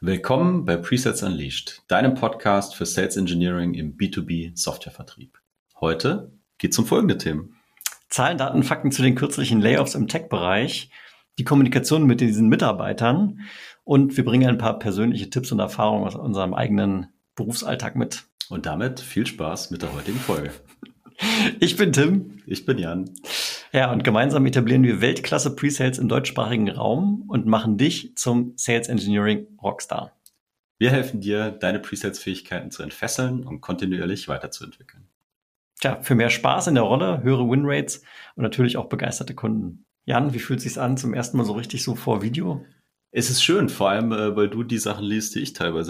Willkommen bei Presets Unleashed, deinem Podcast für Sales Engineering im B2B Softwarevertrieb. Heute geht es um folgende Themen. Zahlen, Daten, Fakten zu den kürzlichen Layoffs im Tech-Bereich, die Kommunikation mit diesen Mitarbeitern und wir bringen ein paar persönliche Tipps und Erfahrungen aus unserem eigenen Berufsalltag mit. Und damit viel Spaß mit der heutigen Folge. Ich bin Tim. Ich bin Jan. Ja, und gemeinsam etablieren wir Weltklasse Presales im deutschsprachigen Raum und machen dich zum Sales Engineering Rockstar. Wir helfen dir, deine Presales-Fähigkeiten zu entfesseln und kontinuierlich weiterzuentwickeln. Tja, für mehr Spaß in der Rolle, höhere Winrates und natürlich auch begeisterte Kunden. Jan, wie fühlt es sich an, zum ersten Mal so richtig so vor Video? Es ist schön, vor allem, weil du die Sachen liest, die ich teilweise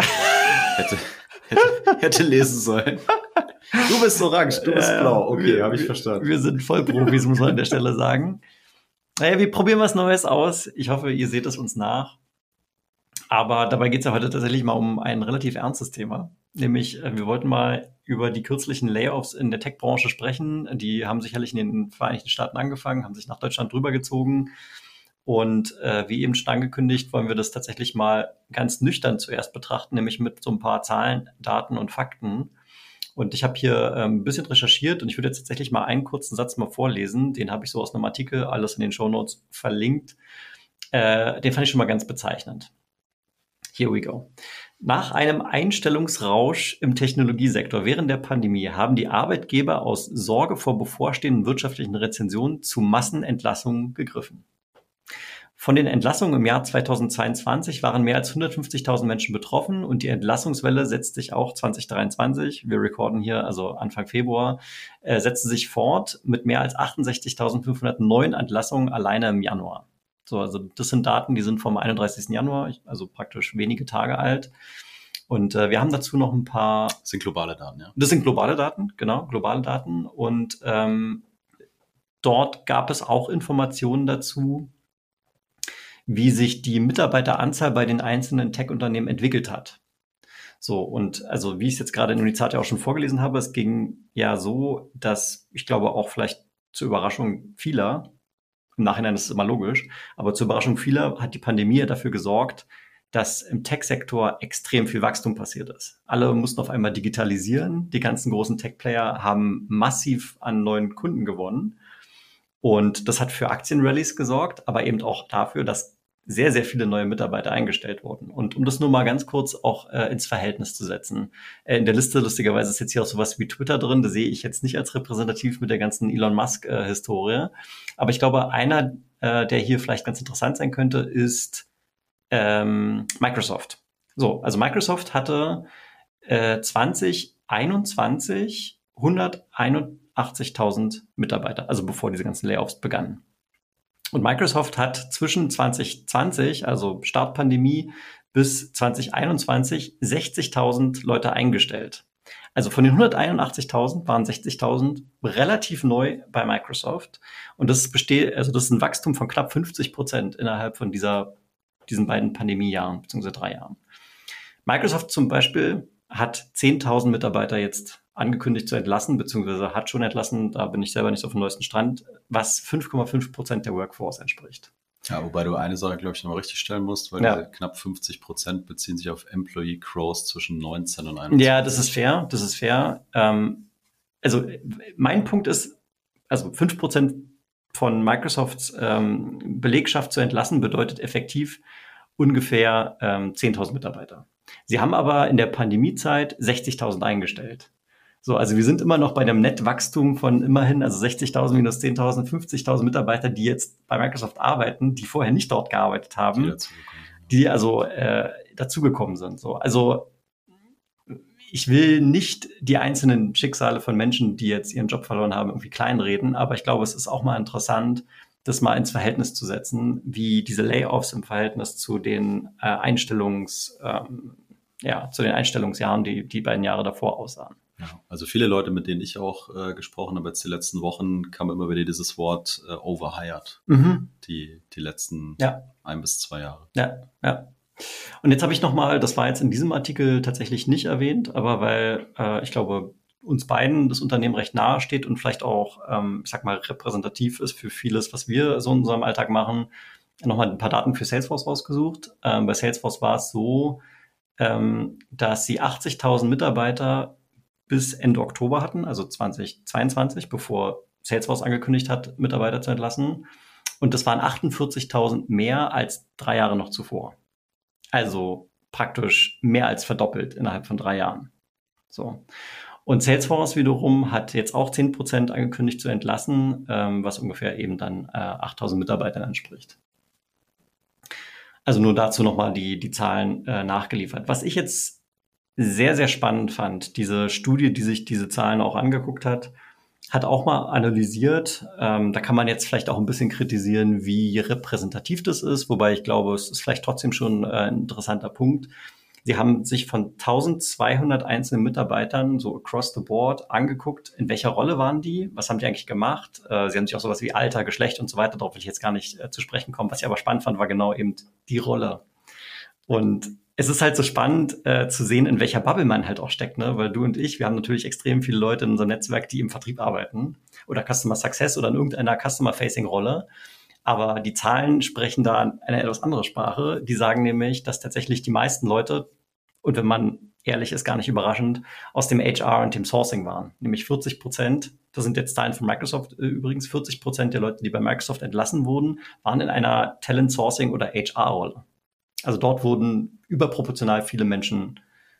hätte lesen sollen. Du bist orange, du bist blau. Okay, habe ich verstanden. Wir sind Vollprofis, muss man an der Stelle sagen. Naja, wir probieren was Neues aus. Ich hoffe, ihr seht es uns nach. Aber dabei geht es ja heute tatsächlich mal um ein relativ ernstes Thema. Nämlich, wir wollten mal über die kürzlichen Layoffs in der Tech-Branche sprechen. Die haben sicherlich in den Vereinigten Staaten angefangen, haben sich nach Deutschland rübergezogen. Und wie eben schon angekündigt, wollen wir das tatsächlich mal ganz nüchtern zuerst betrachten, nämlich mit so ein paar Zahlen, Daten und Fakten. Und ich habe hier ein bisschen recherchiert und ich würde jetzt tatsächlich mal einen kurzen Satz mal vorlesen. Den habe ich so aus einem Artikel, alles in den Shownotes verlinkt. Den fand ich schon mal ganz bezeichnend. Here we go. Nach einem Einstellungsrausch im Technologiesektor während der Pandemie haben die Arbeitgeber aus Sorge vor bevorstehenden wirtschaftlichen Rezensionen zu Massenentlassungen gegriffen. Von den Entlassungen im Jahr 2022 waren mehr als 150.000 Menschen betroffen und die Entlassungswelle setzt sich auch 2023, wir recorden hier also Anfang Februar, setzte sich fort mit mehr als 68.500 neuen Entlassungen alleine im Januar. So, also das sind Daten, die sind vom 31. Januar, also praktisch wenige Tage alt. Und wir haben dazu noch ein paar... Das sind globale Daten, ja. Das sind globale Daten, genau, globale Daten. Und dort gab es auch Informationen dazu, wie sich die Mitarbeiteranzahl bei den einzelnen Tech-Unternehmen entwickelt hat. So, und also wie ich es jetzt gerade in dem Zitat ja auch schon vorgelesen habe, es ging ja so, dass ich glaube auch vielleicht zur Überraschung vieler, im Nachhinein ist es immer logisch, aber zur Überraschung vieler hat die Pandemie ja dafür gesorgt, dass im Tech-Sektor extrem viel Wachstum passiert ist. Alle mussten auf einmal digitalisieren, die ganzen großen Tech-Player haben massiv an neuen Kunden gewonnen. Und das hat für Aktienrallies gesorgt, aber eben auch dafür, dass sehr, sehr viele neue Mitarbeiter eingestellt wurden. Und um das nur mal ganz kurz auch ins Verhältnis zu setzen. In der Liste, lustigerweise, ist jetzt hier auch sowas wie Twitter drin. Das sehe ich jetzt nicht als repräsentativ mit der ganzen Elon Musk-Historie. Aber ich glaube, einer, der hier vielleicht ganz interessant sein könnte, ist Microsoft. So, also Microsoft hatte 2021 181.000 Mitarbeiter, also bevor diese ganzen Layoffs begannen. Und Microsoft hat zwischen 2020, also Startpandemie, bis 2021 60.000 Leute eingestellt. Also von den 181.000 waren 60.000 relativ neu bei Microsoft. Und das das ist ein Wachstum von knapp 50% innerhalb von diesen beiden Pandemiejahren, beziehungsweise 3 Jahren. Microsoft zum Beispiel hat 10.000 Mitarbeiter jetzt angekündigt zu entlassen, beziehungsweise hat schon entlassen, da bin ich selber nicht so auf dem neuesten Stand, was 5,5% der Workforce entspricht. Ja, wobei du eine Sache, glaube ich, nochmal richtig stellen musst, weil diese knapp 50% beziehen sich auf Employee Growth zwischen 19 und 21. Ja, das ist fair. Also mein Punkt ist, also 5% von Microsofts Belegschaft zu entlassen, bedeutet effektiv ungefähr 10.000 Mitarbeiter. Sie haben aber in der Pandemiezeit 60.000 eingestellt. So, also wir sind immer noch bei einem Nettwachstum von immerhin, also 60.000 minus 10.000, 50.000 Mitarbeiter, die jetzt bei Microsoft arbeiten, die vorher nicht dort gearbeitet haben, die also dazugekommen sind. So, also ich will nicht die einzelnen Schicksale von Menschen, die jetzt ihren Job verloren haben, irgendwie kleinreden, aber ich glaube, es ist auch mal interessant, das mal ins Verhältnis zu setzen, wie diese Layoffs im Verhältnis zu den Einstellungsjahren, die beiden Jahre davor aussahen. Ja, also viele Leute, mit denen ich auch gesprochen habe jetzt die letzten Wochen, kam immer wieder dieses Wort overhired, die letzten 1 bis 2 Jahre. Ja. Und jetzt habe ich nochmal, das war jetzt in diesem Artikel tatsächlich nicht erwähnt, aber weil ich glaube, uns beiden das Unternehmen recht nahe steht und vielleicht auch, repräsentativ ist für vieles, was wir so in unserem Alltag machen, nochmal ein paar Daten für Salesforce rausgesucht. Bei Salesforce war es so, dass sie 80.000 Mitarbeiter bis Ende Oktober hatten, also 2022, bevor Salesforce angekündigt hat, Mitarbeiter zu entlassen. Und das waren 48.000 mehr als 3 Jahre noch zuvor. Also praktisch mehr als verdoppelt innerhalb von 3 Jahren. So. Und Salesforce wiederum hat jetzt auch 10% angekündigt zu entlassen, was ungefähr eben dann 8.000 Mitarbeitern entspricht. Also nur dazu nochmal die Zahlen nachgeliefert. Was ich jetzt sehr, sehr spannend fand, diese Studie, die sich diese Zahlen auch angeguckt hat auch mal analysiert. Da kann man jetzt vielleicht auch ein bisschen kritisieren, wie repräsentativ das ist, wobei ich glaube, es ist vielleicht trotzdem schon ein interessanter Punkt. Sie haben sich von 1.200 einzelnen Mitarbeitern so across the board angeguckt, in welcher Rolle waren die, was haben die eigentlich gemacht. Sie haben sich auch sowas wie Alter, Geschlecht und so weiter, darauf will ich jetzt gar nicht zu sprechen kommen. Was ich aber spannend fand, war genau eben die Rolle. Und es ist halt so spannend zu sehen, in welcher Bubble man halt auch steckt, ne? Weil du und ich, wir haben natürlich extrem viele Leute in unserem Netzwerk, die im Vertrieb arbeiten oder Customer Success oder in irgendeiner Customer-Facing-Rolle. Aber die Zahlen sprechen da eine etwas andere Sprache. Die sagen nämlich, dass tatsächlich die meisten Leute, und wenn man ehrlich ist, gar nicht überraschend, aus dem HR und dem Sourcing waren. Nämlich 40%, das sind jetzt Zahlen von Microsoft übrigens, 40% der Leute, die bei Microsoft entlassen wurden, waren in einer Talent Sourcing oder HR-Rolle. Also dort wurden überproportional viele Menschen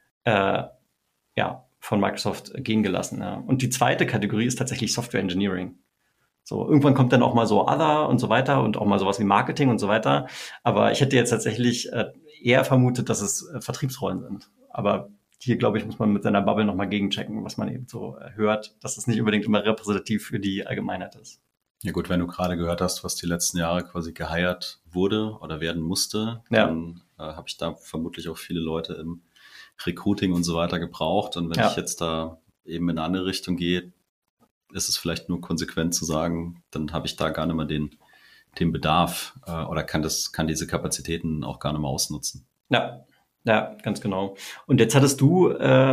von Microsoft gehen gelassen. Ja. Und die zweite Kategorie ist tatsächlich Software Engineering. So, irgendwann kommt dann auch mal so Other und so weiter und auch mal sowas wie Marketing und so weiter. Aber ich hätte jetzt tatsächlich eher vermutet, dass es Vertriebsrollen sind. Aber hier, glaube ich, muss man mit seiner Bubble nochmal gegenchecken, was man eben so hört, dass es nicht unbedingt immer repräsentativ für die Allgemeinheit ist. Ja gut, wenn du gerade gehört hast, was die letzten Jahre quasi geheiert wurde oder werden musste, dann habe ich da vermutlich auch viele Leute im Recruiting und so weiter gebraucht. Und wenn ich jetzt da eben in eine andere Richtung gehe, ist es vielleicht nur konsequent zu sagen, dann habe ich da gar nicht mehr den Bedarf oder kann diese Kapazitäten auch gar nicht mehr ausnutzen. Ja, ganz genau. Und jetzt hattest du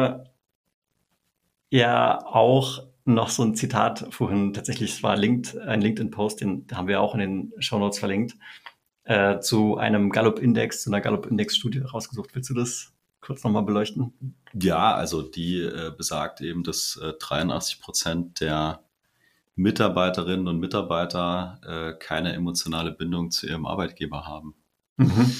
ja auch noch so ein Zitat vorhin, tatsächlich, es war ein LinkedIn-Post, den haben wir auch in den Shownotes verlinkt, zu einem Gallup-Index, zu einer Gallup-Index-Studie rausgesucht. Willst du das kurz nochmal beleuchten? Ja, also die besagt eben, dass 83% der Mitarbeiterinnen und Mitarbeiter keine emotionale Bindung zu ihrem Arbeitgeber haben. Mhm.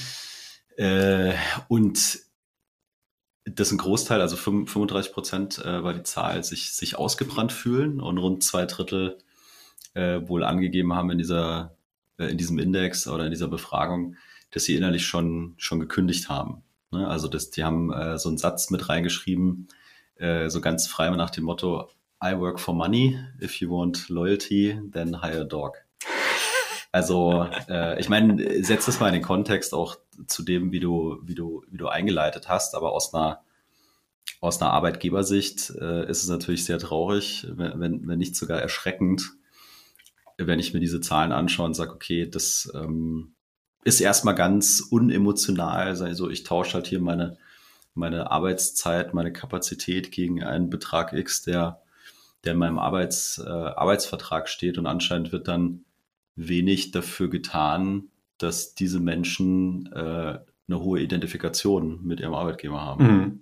Und das ein Großteil, also 35% war die Zahl, sich ausgebrannt fühlen und rund 2/3 wohl angegeben haben in diesem Index oder in dieser Befragung, dass sie innerlich schon gekündigt haben. Ne? Also die haben so einen Satz mit reingeschrieben, so ganz frei nach dem Motto, I work for money, if you want loyalty, then hire a dog. Also ich meine, setz das mal in den Kontext auch zu dem, wie du eingeleitet hast, aber aus einer Arbeitgebersicht ist es natürlich sehr traurig, wenn nicht sogar erschreckend, wenn ich mir diese Zahlen anschaue und sage, okay, das ist erstmal ganz unemotional, also ich tausche halt hier meine Arbeitszeit, meine Kapazität gegen einen Betrag X, der in meinem Arbeitsvertrag steht, und anscheinend wird dann wenig dafür getan, dass diese Menschen eine hohe Identifikation mit ihrem Arbeitgeber haben. Mhm.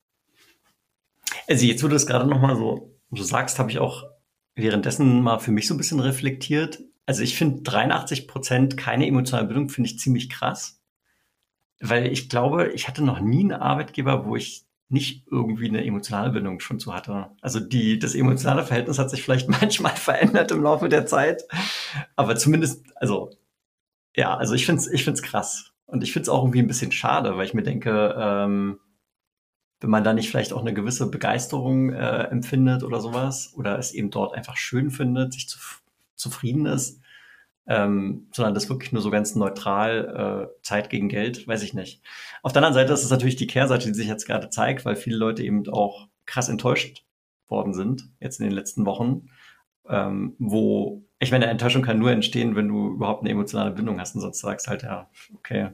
Also jetzt, wo du das gerade nochmal so sagst, habe ich auch währenddessen mal für mich so ein bisschen reflektiert. Also ich finde 83% keine emotionale Bindung, finde ich ziemlich krass. Weil ich glaube, ich hatte noch nie einen Arbeitgeber, wo ich nicht irgendwie eine emotionale Bindung schon zu hatte. Also das emotionale Verhältnis hat sich vielleicht manchmal verändert im Laufe der Zeit. Aber zumindest, also ich find's krass. Und ich find's auch irgendwie ein bisschen schade, weil ich mir denke, wenn man da nicht vielleicht auch eine gewisse Begeisterung empfindet oder sowas, oder es eben dort einfach schön findet, sich zufrieden ist, sondern das wirklich nur so ganz neutral Zeit gegen Geld, weiß ich nicht. Auf der anderen Seite ist es natürlich die Kehrseite, die sich jetzt gerade zeigt, weil viele Leute eben auch krass enttäuscht worden sind, jetzt in den letzten Wochen, wo, ich meine, Enttäuschung kann nur entstehen, wenn du überhaupt eine emotionale Bindung hast und sonst sagst halt, ja, okay,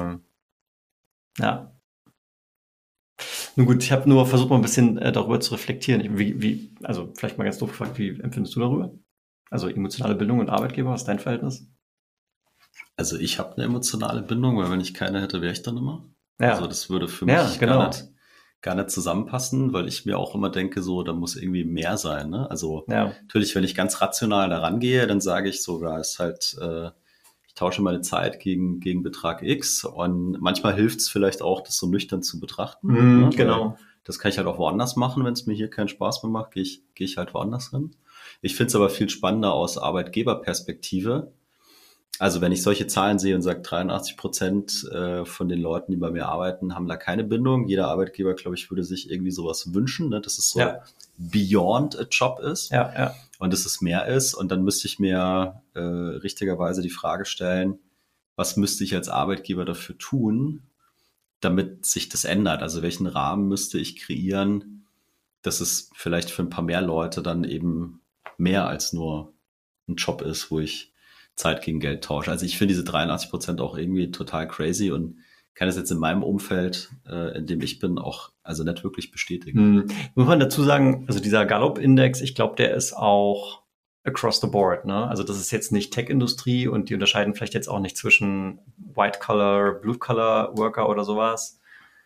ja. Nun gut, ich habe nur versucht, mal ein bisschen darüber zu reflektieren. Also vielleicht mal ganz doof gefragt, wie empfindest du darüber? Also emotionale Bindung und Arbeitgeber, was ist dein Verhältnis? Also ich habe eine emotionale Bindung, weil wenn ich keine hätte, wäre ich dann immer. Ja. Also das würde für Ja, mich genau. gar nicht zusammenpassen, weil ich mir auch immer denke, so, da muss irgendwie mehr sein. Ne? Also Ja. natürlich, wenn ich ganz rational da rangehe, dann sage ich sogar, ist halt, ich tausche meine Zeit gegen Betrag X und manchmal hilft es vielleicht auch, das so nüchtern zu betrachten, ne? Weil Genau. das kann ich halt auch woanders machen, wenn es mir hier keinen Spaß mehr macht, gehe ich halt woanders hin. Ich finde es aber viel spannender aus Arbeitgeberperspektive. Also wenn ich solche Zahlen sehe und sage, 83% von den Leuten, die bei mir arbeiten, haben da keine Bindung. Jeder Arbeitgeber, glaube ich, würde sich irgendwie sowas wünschen, ne? Dass es so Ja. beyond a Job ist Ja. und dass es mehr ist. Und dann müsste ich mir richtigerweise die Frage stellen, was müsste ich als Arbeitgeber dafür tun, damit sich das ändert? Also welchen Rahmen müsste ich kreieren, dass es vielleicht für ein paar mehr Leute dann eben mehr als nur ein Job ist, wo ich Zeit gegen Geld tausche. Also ich finde diese 83% auch irgendwie total crazy und kann es jetzt in meinem Umfeld, in dem ich bin, auch also nicht wirklich bestätigen. Muss man dazu sagen, also dieser Gallup-Index, ich glaube, der ist auch across the board, ne? Also das ist jetzt nicht Tech-Industrie und die unterscheiden vielleicht jetzt auch nicht zwischen White-Collar, Blue-Collar-Worker oder sowas.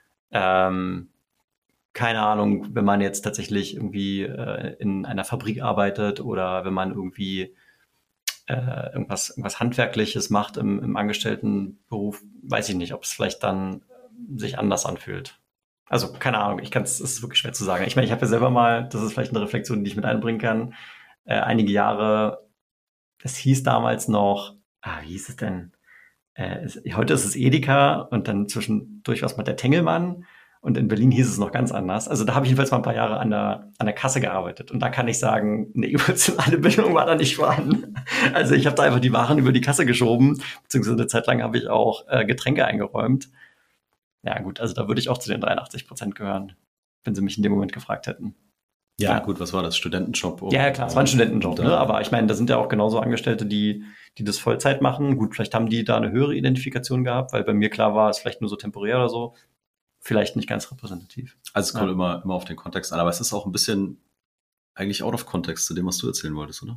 Keine Ahnung, wenn man jetzt tatsächlich irgendwie in einer Fabrik arbeitet oder wenn man irgendwie irgendwas Handwerkliches macht im Angestelltenberuf, weiß ich nicht, ob es vielleicht dann sich anders anfühlt. Also keine Ahnung, es ist wirklich schwer zu sagen. Ich meine, ich habe ja selber mal, das ist vielleicht eine Reflexion, die ich mit einbringen kann, einige Jahre, das hieß damals noch, wie hieß es denn? Heute ist es Edeka und dann zwischendurch was mit der Tengelmann. Und in Berlin hieß es noch ganz anders. Also da habe ich jedenfalls mal ein paar Jahre an der Kasse gearbeitet. Und da kann ich sagen, eine emotionale Bindung war da nicht vorhanden. Also ich habe da einfach die Waren über die Kasse geschoben, beziehungsweise eine Zeit lang habe ich auch Getränke eingeräumt. Ja gut, also da würde ich auch zu den 83% gehören, wenn sie mich in dem Moment gefragt hätten. Ja, gut, was war das? Studentenjob? Ja, klar, es war ein Studentenjob, ne? Aber ich meine, da sind ja auch genauso Angestellte, die das Vollzeit machen. Gut, vielleicht haben die da eine höhere Identifikation gehabt, weil bei mir klar war, es vielleicht nur so temporär oder so. Vielleicht nicht ganz repräsentativ. Also es kommt immer auf den Kontext an, aber es ist auch ein bisschen eigentlich out of context zu dem, was du erzählen wolltest, oder?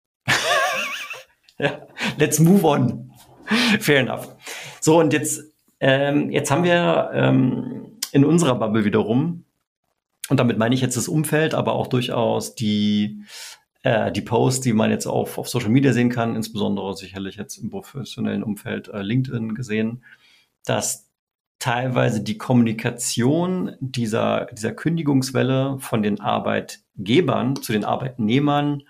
Ja, let's move on. Fair enough. So, und jetzt haben wir in unserer Bubble wiederum, und damit meine ich jetzt das Umfeld, aber auch durchaus die Posts, die man jetzt auf Social Media sehen kann, insbesondere sicherlich jetzt im professionellen Umfeld LinkedIn gesehen, dass teilweise die Kommunikation dieser Kündigungswelle von den Arbeitgebern zu den Arbeitnehmern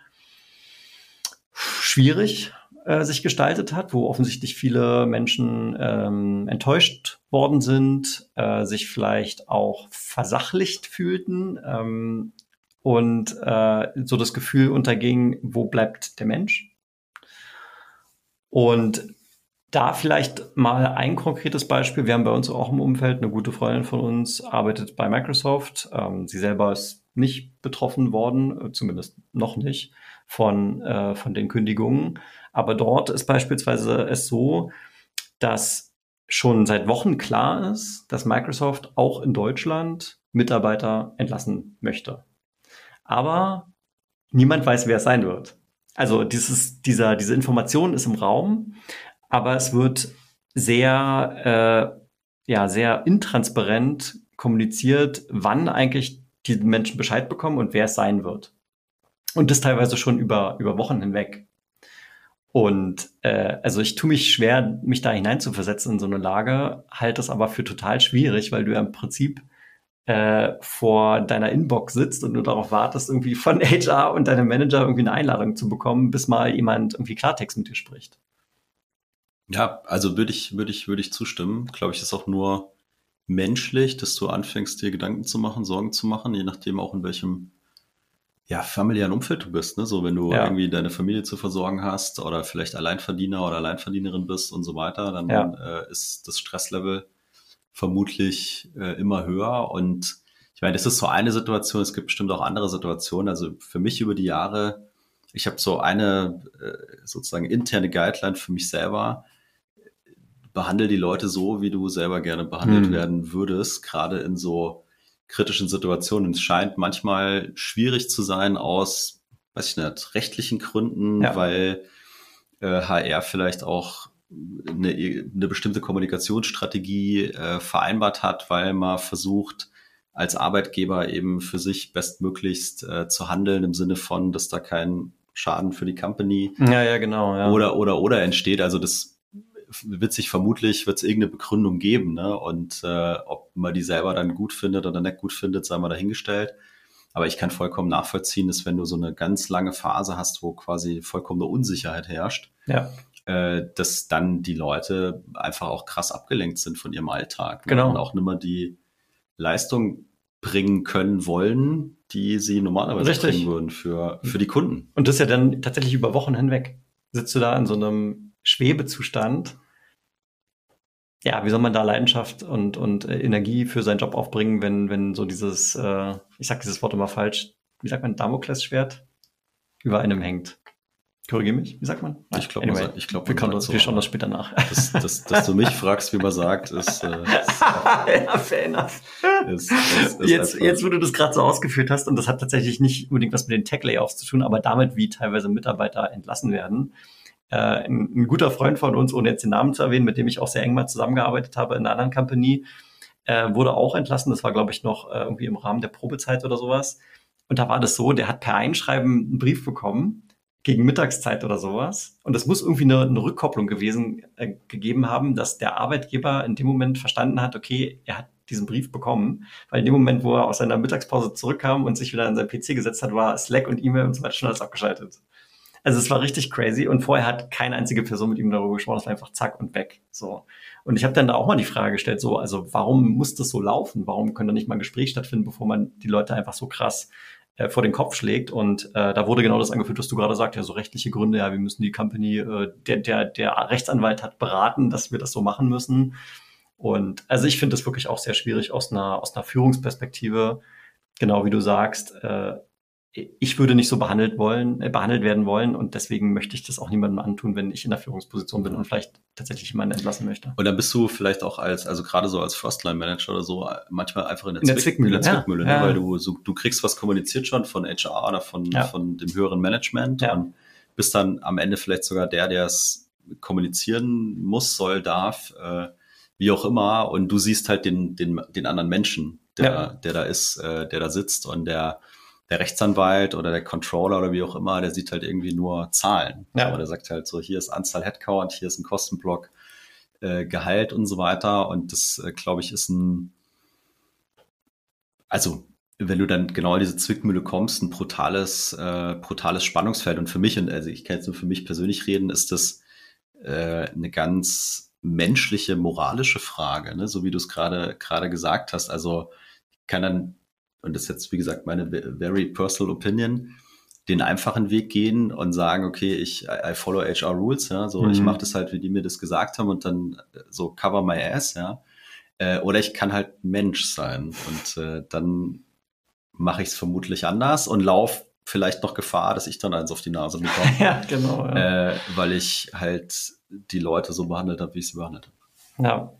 schwierig sich gestaltet hat, wo offensichtlich viele Menschen enttäuscht worden sind, sich vielleicht auch versachlicht fühlten und so das Gefühl unterging, wo bleibt der Mensch? Und da vielleicht mal ein konkretes Beispiel. Wir haben bei uns auch im Umfeld eine gute Freundin von uns, arbeitet bei Microsoft. Sie selber ist nicht betroffen worden, zumindest noch nicht, von den Kündigungen. Aber dort ist beispielsweise es so, dass schon seit Wochen klar ist, dass Microsoft auch in Deutschland Mitarbeiter entlassen möchte. Aber niemand weiß, wer es sein wird. Also diese Information ist im Raum, aber es wird sehr intransparent kommuniziert, wann eigentlich die Menschen Bescheid bekommen und wer es sein wird. Und das teilweise schon über Wochen hinweg. Und also ich tue mich schwer, mich da hineinzuversetzen in so eine Lage, halte es aber für total schwierig, weil du ja im Prinzip vor deiner Inbox sitzt und du darauf wartest, irgendwie von HR und deinem Manager irgendwie eine Einladung zu bekommen, bis mal jemand irgendwie Klartext mit dir spricht. Ja, also würde ich zustimmen. Glaube ich, ist auch nur menschlich, dass du anfängst, dir Gedanken zu machen, Sorgen zu machen, je nachdem auch in welchem familiären Umfeld du bist. Ne? So, wenn du irgendwie deine Familie zu versorgen hast oder vielleicht Alleinverdiener oder Alleinverdienerin bist und so weiter, dann ist das Stresslevel vermutlich immer höher. Und ich meine, das ist so eine Situation, es gibt bestimmt auch andere Situationen. Also für mich über die Jahre, ich habe so eine sozusagen interne Guideline für mich selber. Behandle die Leute so, wie du selber gerne behandelt werden würdest, gerade in so kritischen Situationen. Es scheint manchmal schwierig zu sein aus, weiß ich nicht, rechtlichen Gründen, weil HR vielleicht auch eine bestimmte Kommunikationsstrategie vereinbart hat, weil man versucht, als Arbeitgeber eben für sich bestmöglichst zu handeln im Sinne von, dass da kein Schaden für die Company Ja, genau. Ja. oder entsteht. Also das wird es irgendeine Begründung geben, ne? Und ob man die selber dann gut findet oder nicht gut findet, sei mal dahingestellt. Aber ich kann vollkommen nachvollziehen, dass wenn du so eine ganz lange Phase hast, wo quasi vollkommene Unsicherheit herrscht, dass dann die Leute einfach auch krass abgelenkt sind von ihrem Alltag. Ne? Genau. Und auch nicht mehr die Leistung bringen können wollen, die sie normalerweise bringen würden für die Kunden. Und das ist ja dann tatsächlich über Wochen hinweg. Sitzt du da in so einem Schwebezustand. Ja, wie soll man da Leidenschaft und Energie für seinen Job aufbringen, wenn so dieses, ich sag dieses Wort immer falsch, wie sagt man, Damoklesschwert über einem hängt. Korrigiere mich, wie sagt man? Ich glaube, anyway, wir schauen das später nach. Dass du mich fragst, wie man sagt, ist ja, fair enough. Jetzt, wo du das gerade so ausgeführt hast, und das hat tatsächlich nicht unbedingt was mit den Tech-Layoffs zu tun, aber damit, wie teilweise Mitarbeiter entlassen werden. Ein guter Freund von uns, ohne jetzt den Namen zu erwähnen, mit dem ich auch sehr eng mal zusammengearbeitet habe in einer anderen Company, wurde auch entlassen. Das war, glaube ich, noch irgendwie im Rahmen der Probezeit oder sowas. Und da war das so, der hat per Einschreiben einen Brief bekommen, gegen Mittagszeit oder sowas. Und es muss irgendwie eine Rückkopplung gegeben haben, dass der Arbeitgeber in dem Moment verstanden hat, okay, er hat diesen Brief bekommen, weil in dem Moment, wo er aus seiner Mittagspause zurückkam und sich wieder an sein PC gesetzt hat, war Slack und E-Mail und so weiter schon alles abgeschaltet. Also es war richtig crazy und vorher hat keine einzige Person mit ihm darüber gesprochen, es war einfach zack und weg. So. Und ich habe dann da auch mal die Frage gestellt, so, also warum muss das so laufen? Warum können da nicht mal ein Gespräch stattfinden, bevor man die Leute einfach so krass vor den Kopf schlägt? Und da wurde genau das angeführt, was du gerade sagst, ja, so rechtliche Gründe, ja, wir müssen die Company, der Rechtsanwalt hat beraten, dass wir das so machen müssen. Und also ich finde das wirklich auch sehr schwierig aus einer Führungsperspektive, genau wie du sagst, ich würde nicht so behandelt werden wollen und deswegen möchte ich das auch niemandem antun, wenn ich in der Führungsposition bin und vielleicht tatsächlich jemanden entlassen möchte. Und dann bist du vielleicht auch also gerade so als First-Line-Manager oder so, manchmal einfach in der Zwickmühle, ne? Weil du kriegst was kommuniziert schon von HR oder von dem höheren Management und bist dann am Ende vielleicht sogar der es kommunizieren muss, darf, wie auch immer, und du siehst halt den anderen Menschen, der da ist, der da sitzt, und der Rechtsanwalt oder der Controller oder wie auch immer, der sieht halt irgendwie nur Zahlen. Ja. Aber der sagt halt so, hier ist Anzahl Headcount, hier ist ein Kostenblock, Gehalt und so weiter. Und das, glaube ich, ist also wenn du dann genau in diese Zwickmühle kommst, ein brutales Spannungsfeld. Und für mich, also ich kann jetzt nur für mich persönlich reden, ist das eine ganz menschliche, moralische Frage, ne? So wie du es gerade gesagt hast. Also ich kann dann, und das ist jetzt, wie gesagt, meine very personal opinion, den einfachen Weg gehen und sagen, okay, I follow HR Rules, ja, so, ich mache das halt, wie die mir das gesagt haben, und dann so cover my ass, ja. Oder ich kann halt Mensch sein und dann mache ich es vermutlich anders und laufe vielleicht noch Gefahr, dass ich dann eins auf die Nase bekomme. Ja, genau. Ja. Weil ich halt die Leute so behandelt habe, wie ich sie behandelt habe. Ja.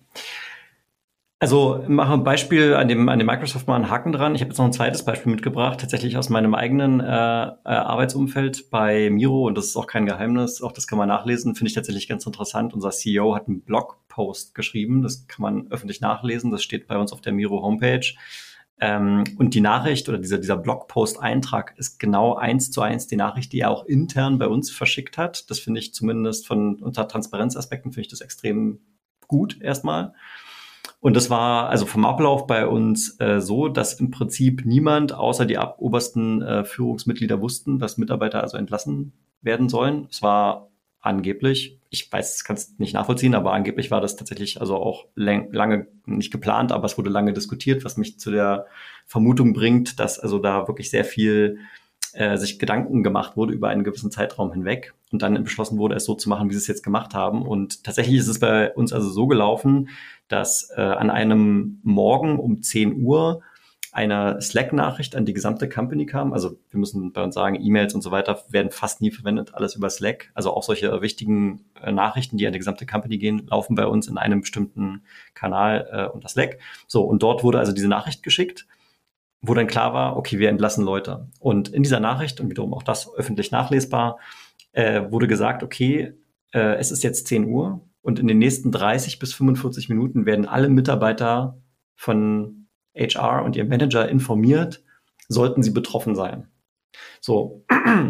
Also mache ein Beispiel an dem Microsoft mal einen Haken dran. Ich habe jetzt noch ein zweites Beispiel mitgebracht, tatsächlich aus meinem eigenen Arbeitsumfeld bei Miro, und das ist auch kein Geheimnis, auch das kann man nachlesen, finde ich tatsächlich ganz interessant. Unser CEO hat einen Blogpost geschrieben, das kann man öffentlich nachlesen, das steht bei uns auf der Miro Homepage. Und die Nachricht oder dieser Blogpost-Eintrag ist genau 1:1 die Nachricht, die er auch intern bei uns verschickt hat. Das finde ich zumindest unter Transparenzaspekten finde ich das extrem gut erstmal. Und das war also vom Ablauf bei uns so, dass im Prinzip niemand außer die obersten Führungsmitglieder wussten, dass Mitarbeiter also entlassen werden sollen. Es war angeblich, ich weiß, das kannst du nicht nachvollziehen, aber angeblich war das tatsächlich also auch lange nicht geplant, aber es wurde lange diskutiert, was mich zu der Vermutung bringt, dass also da wirklich sehr viel sich Gedanken gemacht wurde über einen gewissen Zeitraum hinweg und dann beschlossen wurde, es so zu machen, wie sie es jetzt gemacht haben. Und tatsächlich ist es bei uns also so gelaufen, dass an einem Morgen um 10 Uhr eine Slack-Nachricht an die gesamte Company kam. Also wir müssen bei uns sagen, E-Mails und so weiter werden fast nie verwendet, alles über Slack. Also auch solche wichtigen Nachrichten, die an die gesamte Company gehen, laufen bei uns in einem bestimmten Kanal unter Slack. So, und dort wurde also diese Nachricht geschickt, wo dann klar war, okay, wir entlassen Leute. Und in dieser Nachricht, und wiederum auch das öffentlich nachlesbar, wurde gesagt, okay, es ist jetzt 10 Uhr, und in den nächsten 30 bis 45 Minuten werden alle Mitarbeiter von HR und ihrem Manager informiert, sollten sie betroffen sein. So,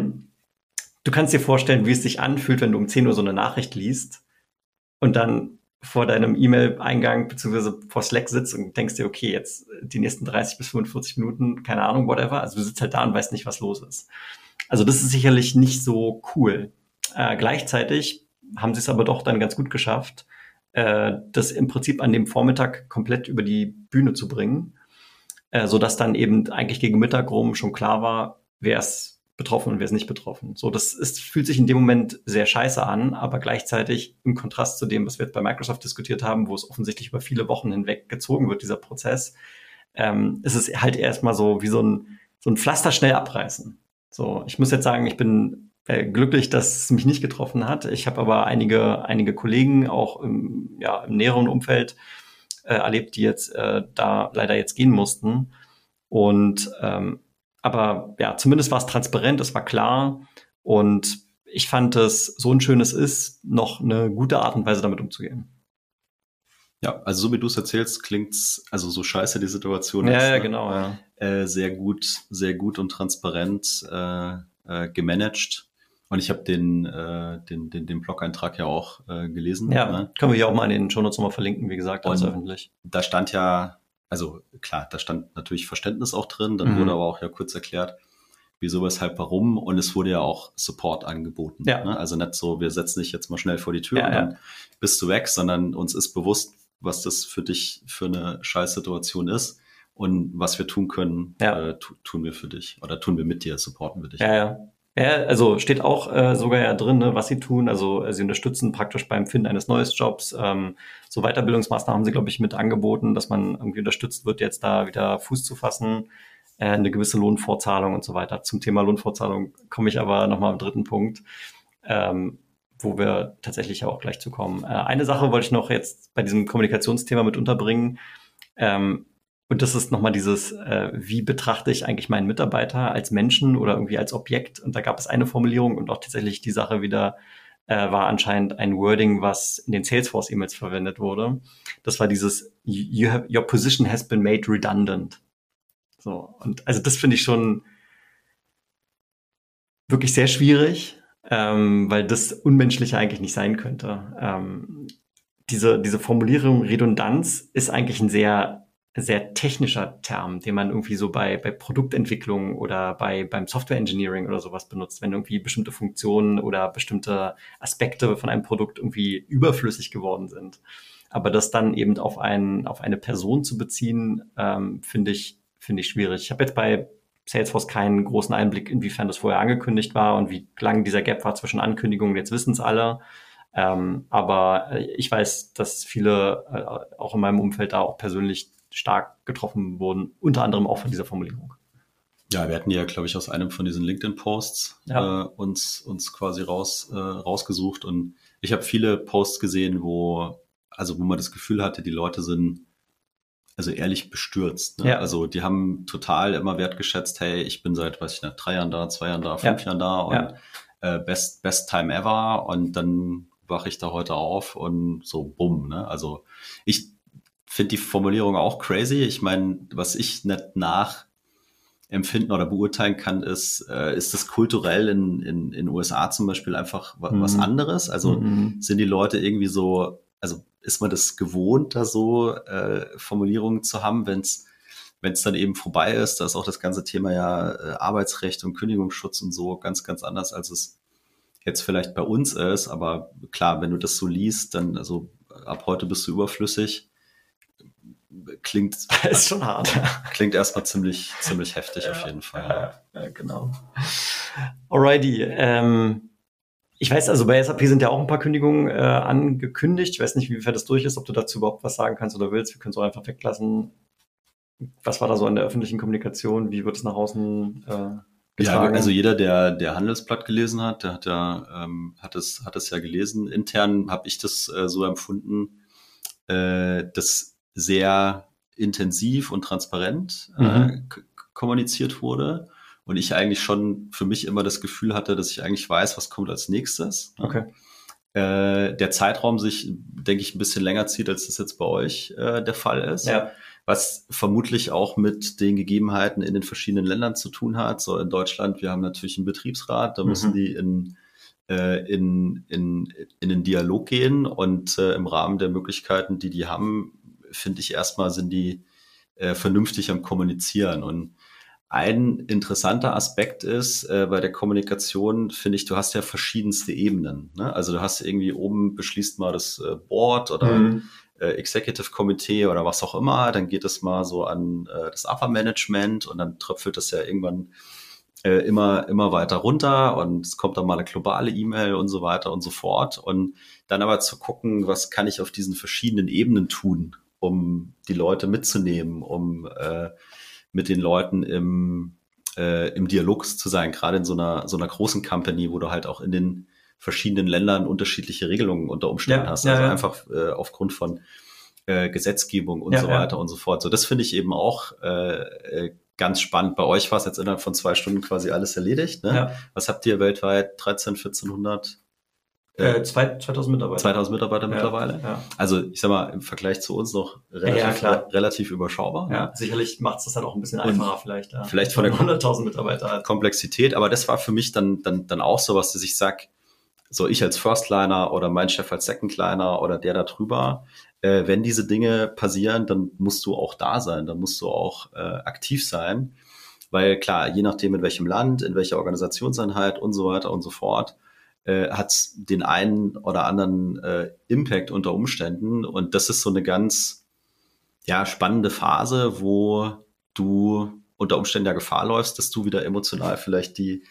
du kannst dir vorstellen, wie es sich anfühlt, wenn du um 10 Uhr so eine Nachricht liest und dann vor deinem E-Mail-Eingang bzw. vor Slack sitzt und denkst dir, okay, jetzt die nächsten 30 bis 45 Minuten, keine Ahnung, whatever. Also du sitzt halt da und weißt nicht, was los ist. Also das ist sicherlich nicht so cool. Gleichzeitig haben sie es aber doch dann ganz gut geschafft, das im Prinzip an dem Vormittag komplett über die Bühne zu bringen, sodass dann eben eigentlich gegen Mittag rum schon klar war, wer ist betroffen und wer ist nicht betroffen. So, fühlt sich in dem Moment sehr scheiße an, aber gleichzeitig im Kontrast zu dem, was wir jetzt bei Microsoft diskutiert haben, wo es offensichtlich über viele Wochen hinweg gezogen wird, dieser Prozess, ist es halt erstmal so wie so ein Pflaster schnell abreißen. So, ich muss jetzt sagen, ich bin glücklich, dass es mich nicht getroffen hat. Ich habe aber einige Kollegen auch im näheren Umfeld erlebt, die jetzt da leider jetzt gehen mussten. Und aber ja, zumindest war es transparent, es war klar und ich fand es, so unschön es ist, noch eine gute Art und Weise damit umzugehen. Ja, also so wie du es erzählst, klingt's, also so scheiße die Situation Ja, ist. ja, Ne? genau, ja. Sehr gut und transparent gemanagt. Und ich habe den Blog-Eintrag ja auch gelesen. Ja, ne? können wir hier auch mal in den Shownotes nochmal verlinken, wie gesagt, alles Und öffentlich. Da stand ja, also klar, da stand natürlich Verständnis auch drin, dann wurde aber auch ja kurz erklärt, wieso, weshalb, warum, und es wurde ja auch Support angeboten. Ja. Ne? Also nicht so, wir setzen dich jetzt mal schnell vor die Tür Ja, und dann bist du weg, sondern uns ist bewusst, was das für dich für eine Scheißsituation ist und was wir tun können, tun wir für dich oder tun wir mit dir, supporten wir dich. Ja. Ja, also steht auch sogar ja drin, ne, was sie tun. Also sie unterstützen praktisch beim Finden eines neuen Jobs. So Weiterbildungsmaßnahmen haben sie, glaube ich, mit angeboten, dass man irgendwie unterstützt wird, jetzt da wieder Fuß zu fassen, eine gewisse Lohnfortzahlung und so weiter. Zum Thema Lohnfortzahlung komme ich aber nochmal am dritten Punkt, wo wir tatsächlich auch gleich zu kommen. Eine Sache wollte ich noch jetzt bei diesem Kommunikationsthema mit unterbringen. Und das ist nochmal dieses, wie betrachte ich eigentlich meinen Mitarbeiter als Menschen oder irgendwie als Objekt? Und da gab es eine Formulierung und auch tatsächlich die Sache wieder war anscheinend ein Wording, was in den Salesforce-E-Mails verwendet wurde. Das war dieses, your position has been made redundant. So, und also das finde ich schon wirklich sehr schwierig, weil das unmenschlicher eigentlich nicht sein könnte. Diese Formulierung Redundanz ist eigentlich ein sehr technischer Term, den man irgendwie so bei Produktentwicklung oder beim Software Engineering oder sowas benutzt, wenn irgendwie bestimmte Funktionen oder bestimmte Aspekte von einem Produkt irgendwie überflüssig geworden sind. Aber das dann eben auf eine Person zu beziehen, finde ich schwierig. Ich habe jetzt bei Salesforce keinen großen Einblick, inwiefern das vorher angekündigt war und wie lang dieser Gap war zwischen Ankündigungen. Jetzt wissen es alle. Aber ich weiß, dass viele auch in meinem Umfeld da auch persönlich stark getroffen wurden, unter anderem auch von dieser Formulierung. Ja, wir hatten ja, glaube ich, aus einem von diesen LinkedIn-Posts uns quasi rausgesucht und ich habe viele Posts gesehen, wo man das Gefühl hatte, die Leute sind also ehrlich bestürzt. Ne? Ja. Also die haben total immer wertgeschätzt, hey, ich bin seit, 3 Jahren da, 2 Jahren da, 5 Jahren da und best time ever und dann wache ich da heute auf und so bumm. Ne? Also ich finde die Formulierung auch crazy. Ich meine, was ich nicht nachempfinden oder beurteilen kann, ist das kulturell in USA zum Beispiel einfach was anderes? Also sind die Leute irgendwie so, also ist man das gewohnt, da so Formulierungen zu haben, wenn es dann eben vorbei ist? Da ist auch das ganze Thema Arbeitsrecht und Kündigungsschutz und so ganz, ganz anders, als es jetzt vielleicht bei uns ist. Aber klar, wenn du das so liest, dann, also ab heute bist du überflüssig. Klingt ist schon hart. Klingt erstmal ziemlich heftig auf jeden Fall. Ja, genau. Alrighty. Ich weiß, also bei SAP sind ja auch ein paar Kündigungen angekündigt. Ich weiß nicht, wie weit das durch ist, ob du dazu überhaupt was sagen kannst oder willst. Wir können es auch einfach weglassen. Was war da so in der öffentlichen Kommunikation? Wie wird es nach außen getragen? Ja, also jeder, der Handelsblatt gelesen hat, der hat es ja gelesen. Intern habe ich das so empfunden, dass sehr intensiv und transparent kommuniziert wurde und ich eigentlich schon für mich immer das Gefühl hatte, dass ich eigentlich weiß, was kommt als nächstes. Okay. der Zeitraum sich, denke ich, ein bisschen länger zieht, als das jetzt bei euch der Fall ist. Ja. Was vermutlich auch mit den Gegebenheiten in den verschiedenen Ländern zu tun hat. So in Deutschland, wir haben natürlich einen Betriebsrat, da müssen die in den Dialog gehen und im Rahmen der Möglichkeiten, die haben, finde ich erstmal, sind die vernünftig am Kommunizieren. Und ein interessanter Aspekt ist bei der Kommunikation, finde ich, du hast ja verschiedenste Ebenen. Ne? Also du hast irgendwie oben beschließt mal das Board oder Executive Committee oder was auch immer, dann geht es mal so an das Upper Management und dann tröpfelt das ja irgendwann immer weiter runter und es kommt dann mal eine globale E-Mail und so weiter und so fort. Und dann aber zu gucken, was kann ich auf diesen verschiedenen Ebenen tun, um die Leute mitzunehmen, um mit den Leuten im Dialog zu sein, gerade in so einer großen Company, wo du halt auch in den verschiedenen Ländern unterschiedliche Regelungen unter Umständen hast. Also einfach aufgrund von Gesetzgebung und so weiter und so fort. So, das finde ich eben auch ganz spannend. Bei euch war es jetzt innerhalb von 2 Stunden quasi alles erledigt. Ne? Ja. Was habt ihr weltweit? 1400? 2000 Mitarbeiter. 2000 Mitarbeiter mittlerweile. Ja. Also ich sag mal, im Vergleich zu uns noch relativ überschaubar. Ja. Sicherlich macht es das dann auch ein bisschen einfacher vielleicht. Ja. Vielleicht von der 100.000 Mitarbeiter. Komplexität, aber das war für mich dann auch so was, dass ich sag, so ich als Firstliner oder mein Chef als Secondliner oder der da drüber, wenn diese Dinge passieren, dann musst du auch da sein, dann musst du auch aktiv sein, weil klar, je nachdem in welchem Land, in welcher Organisationseinheit und so weiter und so fort, hat den einen oder anderen Impact unter Umständen und das ist so eine ganz spannende Phase, wo du unter Umständen ja Gefahr läufst, dass du wieder emotional vielleicht die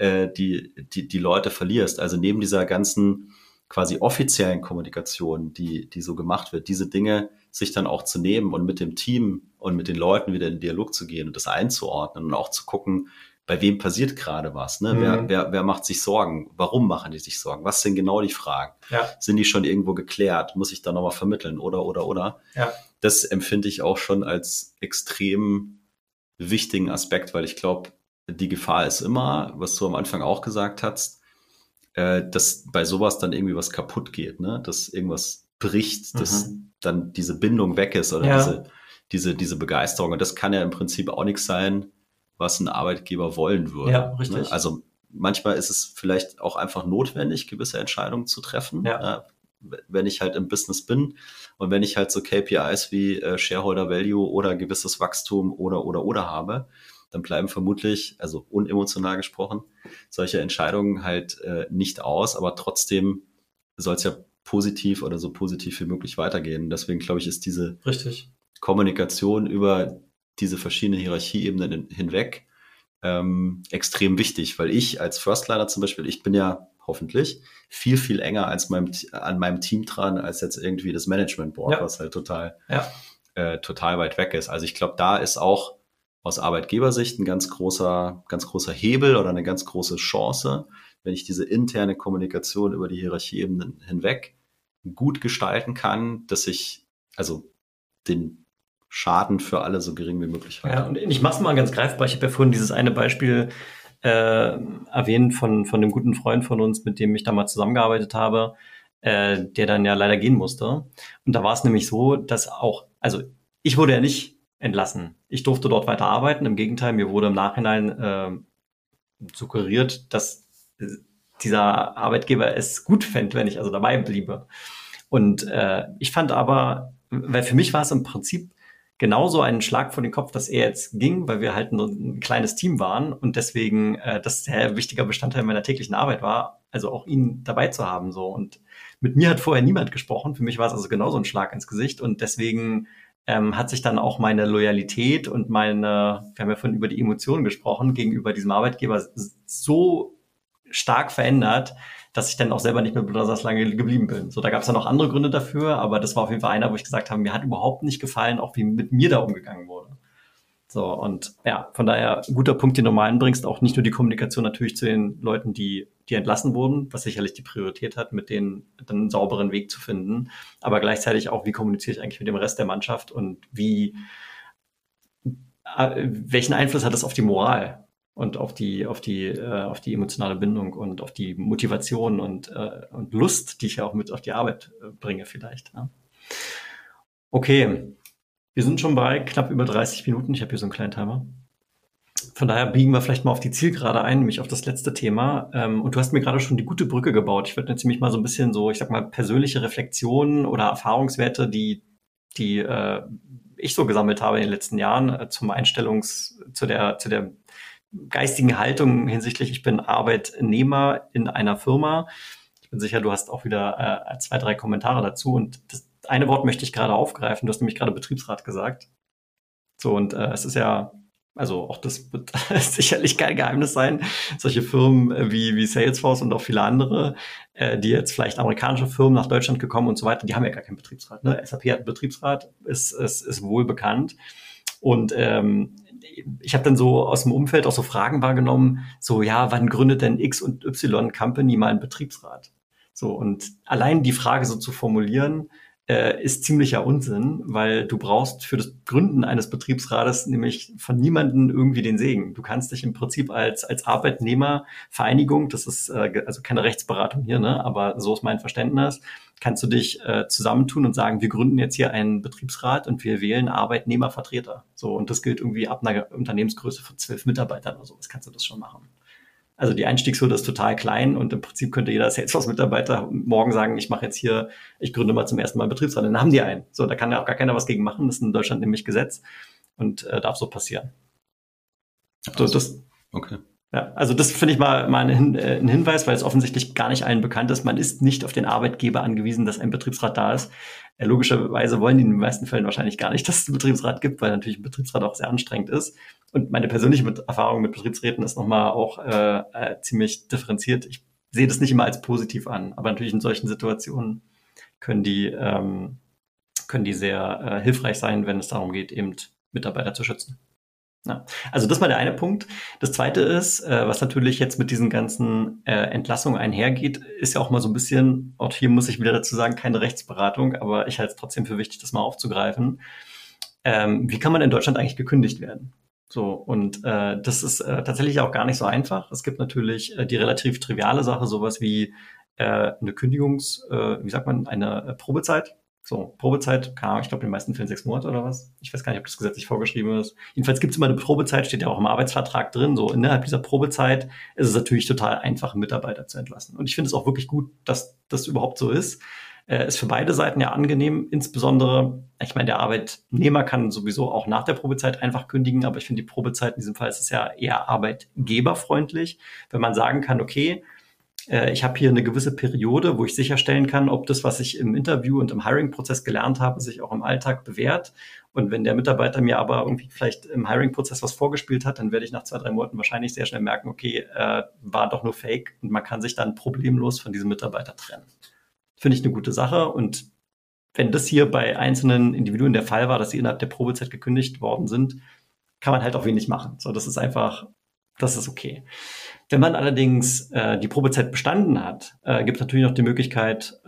Leute verlierst. Also neben dieser ganzen quasi offiziellen Kommunikation, die so gemacht wird, diese Dinge sich dann auch zu nehmen und mit dem Team und mit den Leuten wieder in den Dialog zu gehen und das einzuordnen und auch zu gucken, bei wem passiert gerade was, ne? Wer macht sich Sorgen? Warum machen die sich Sorgen? Was sind genau die Fragen? Ja. Sind die schon irgendwo geklärt? Muss ich da nochmal vermitteln? Oder? Ja. Das empfinde ich auch schon als extrem wichtigen Aspekt, weil ich glaube, die Gefahr ist immer, was du am Anfang auch gesagt hast, dass bei sowas dann irgendwie was kaputt geht, ne? Dass irgendwas bricht, dass dann diese Bindung weg ist oder diese Begeisterung. Und das kann ja im Prinzip auch nichts sein, was ein Arbeitgeber wollen würde. Ja, richtig. Ne? Also manchmal ist es vielleicht auch einfach notwendig, gewisse Entscheidungen zu treffen. Ja. Wenn ich halt im Business bin und wenn ich halt so KPIs wie Shareholder Value oder gewisses Wachstum oder habe, dann bleiben vermutlich, also unemotional gesprochen, solche Entscheidungen halt nicht aus, aber trotzdem soll es ja positiv oder so positiv wie möglich weitergehen. Deswegen glaube ich, ist diese Kommunikation über diese verschiedenen Hierarchieebenen hinweg extrem wichtig, weil ich als Firstliner zum Beispiel, ich bin ja hoffentlich viel, viel enger als an meinem Team dran, als jetzt irgendwie das Management Board, was halt total weit weg ist. Also ich glaube, da ist auch aus Arbeitgebersicht ein ganz großer Hebel oder eine ganz große Chance, wenn ich diese interne Kommunikation über die Hierarchieebenen hinweg gut gestalten kann, dass ich also den Schaden für alle so gering wie möglich halte. Ja, und ich mache es mal ganz greifbar. Ich habe ja vorhin dieses eine Beispiel erwähnt von einem guten Freund von uns, mit dem ich damals zusammengearbeitet habe, der dann ja leider gehen musste. Und da war es nämlich so, dass also ich wurde ja nicht entlassen. Ich durfte dort weiter arbeiten. Im Gegenteil, mir wurde im Nachhinein suggeriert, dass dieser Arbeitgeber es gut fände, wenn ich also dabei bliebe. Und ich fand aber, weil für mich war es im Prinzip genauso einen Schlag vor den Kopf, dass er jetzt ging, weil wir halt ein kleines Team waren und deswegen das ein wichtiger Bestandteil meiner täglichen Arbeit war, also auch ihn dabei zu haben. So. Und mit mir hat vorher niemand gesprochen. Für mich war es also genauso ein Schlag ins Gesicht und deswegen hat sich dann auch meine Loyalität und wir haben ja vorhin über die Emotionen gesprochen, gegenüber diesem Arbeitgeber so stark verändert, dass ich dann auch selber nicht mehr besonders lange geblieben bin. So, da gab es dann noch andere Gründe dafür, aber das war auf jeden Fall einer, wo ich gesagt habe, mir hat überhaupt nicht gefallen, auch wie mit mir da umgegangen wurde. So, und ja, von daher guter Punkt, den du mal einbringst, auch nicht nur die Kommunikation natürlich zu den Leuten, die entlassen wurden, was sicherlich die Priorität hat, mit denen dann einen sauberen Weg zu finden, aber gleichzeitig auch, wie kommuniziere ich eigentlich mit dem Rest der Mannschaft und welchen Einfluss hat das auf die Moral? und auf die emotionale Bindung und auf die Motivation und Lust, die ich ja auch mit auf die Arbeit bringe vielleicht. Ja. Okay, wir sind schon bei knapp über 30 Minuten. Ich habe hier so einen kleinen Timer. Von daher biegen wir vielleicht mal auf die Zielgerade ein, nämlich auf das letzte Thema. Und du hast mir gerade schon die gute Brücke gebaut. Ich würde jetzt nämlich mal so ein bisschen so, ich sag mal, persönliche Reflexionen oder Erfahrungswerte, die ich so gesammelt habe in den letzten Jahren zu der geistigen Haltung hinsichtlich, ich bin Arbeitnehmer in einer Firma. Ich bin sicher, du hast auch wieder 2, 3 Kommentare dazu. Und das eine Wort möchte ich gerade aufgreifen. Du hast nämlich gerade Betriebsrat gesagt. So, und es ist ja, also auch das wird sicherlich kein Geheimnis sein. Solche Firmen wie Salesforce und auch viele andere, die jetzt vielleicht amerikanische Firmen nach Deutschland gekommen und so weiter, die haben ja gar keinen Betriebsrat. Ne? SAP hat einen Betriebsrat, ist wohl bekannt. Und ich habe dann so aus dem Umfeld auch so Fragen wahrgenommen, so ja, wann gründet denn X und Y Company mal einen Betriebsrat? So, und allein die Frage so zu formulieren, ist ziemlicher Unsinn, weil du brauchst für das Gründen eines Betriebsrates nämlich von niemandem irgendwie den Segen. Du kannst dich im Prinzip als Arbeitnehmervereinigung, das ist also keine Rechtsberatung hier, ne, aber so ist mein Verständnis, kannst du dich zusammentun und sagen, wir gründen jetzt hier einen Betriebsrat und wir wählen Arbeitnehmervertreter. So, und das gilt irgendwie ab einer Unternehmensgröße von 12 Mitarbeitern oder so. Das kannst du das schon machen. Also die Einstiegshürde ist total klein und im Prinzip könnte jeder Salesforce-Mitarbeiter morgen sagen, ich gründe mal zum ersten Mal einen Betriebsrat. Dann haben die einen. So, da kann ja auch gar keiner was gegen machen. Das ist in Deutschland nämlich Gesetz und darf so passieren. So, okay. Ja, also das finde ich mal ein Hinweis, weil es offensichtlich gar nicht allen bekannt ist. Man ist nicht auf den Arbeitgeber angewiesen, dass ein Betriebsrat da ist. Logischerweise wollen die in den meisten Fällen wahrscheinlich gar nicht, dass es einen Betriebsrat gibt, weil natürlich ein Betriebsrat auch sehr anstrengend ist. Und meine persönliche Erfahrung mit Betriebsräten ist nochmal auch ziemlich differenziert. Ich sehe das nicht immer als positiv an, aber natürlich in solchen Situationen können die sehr hilfreich sein, wenn es darum geht, eben Mitarbeiter zu schützen. Ja, also das war der eine Punkt. Das zweite ist, was natürlich jetzt mit diesen ganzen Entlassungen einhergeht, ist ja auch mal so ein bisschen, auch hier muss ich wieder dazu sagen, keine Rechtsberatung, aber ich halte es trotzdem für wichtig, das mal aufzugreifen. Wie kann man in Deutschland eigentlich gekündigt werden? So, und das ist tatsächlich auch gar nicht so einfach. Es gibt natürlich die relativ triviale Sache, sowas wie eine eine Probezeit. So, Probezeit, keine Ahnung, ich glaube in den meisten Fällen 6 Monate oder was. Ich weiß gar nicht, ob das gesetzlich vorgeschrieben ist. Jedenfalls gibt es immer eine Probezeit, steht ja auch im Arbeitsvertrag drin. So, innerhalb dieser Probezeit ist es natürlich total einfach, einen Mitarbeiter zu entlassen. Und ich finde es auch wirklich gut, dass das überhaupt so ist. Ist für beide Seiten ja angenehm, insbesondere, ich meine, der Arbeitnehmer kann sowieso auch nach der Probezeit einfach kündigen, aber ich finde die Probezeit in diesem Fall ist es ja eher arbeitgeberfreundlich, wenn man sagen kann, okay, ich habe hier eine gewisse Periode, wo ich sicherstellen kann, ob das, was ich im Interview und im Hiring-Prozess gelernt habe, sich auch im Alltag bewährt. Und wenn der Mitarbeiter mir aber irgendwie vielleicht im Hiring-Prozess was vorgespielt hat, dann werde ich nach 2, 3 Monaten wahrscheinlich sehr schnell merken, okay, war doch nur Fake und man kann sich dann problemlos von diesem Mitarbeiter trennen. Finde ich eine gute Sache. Und wenn das hier bei einzelnen Individuen der Fall war, dass sie innerhalb der Probezeit gekündigt worden sind, kann man halt auch wenig machen. So, das ist okay. Wenn man allerdings die Probezeit bestanden hat, gibt es natürlich noch die Möglichkeit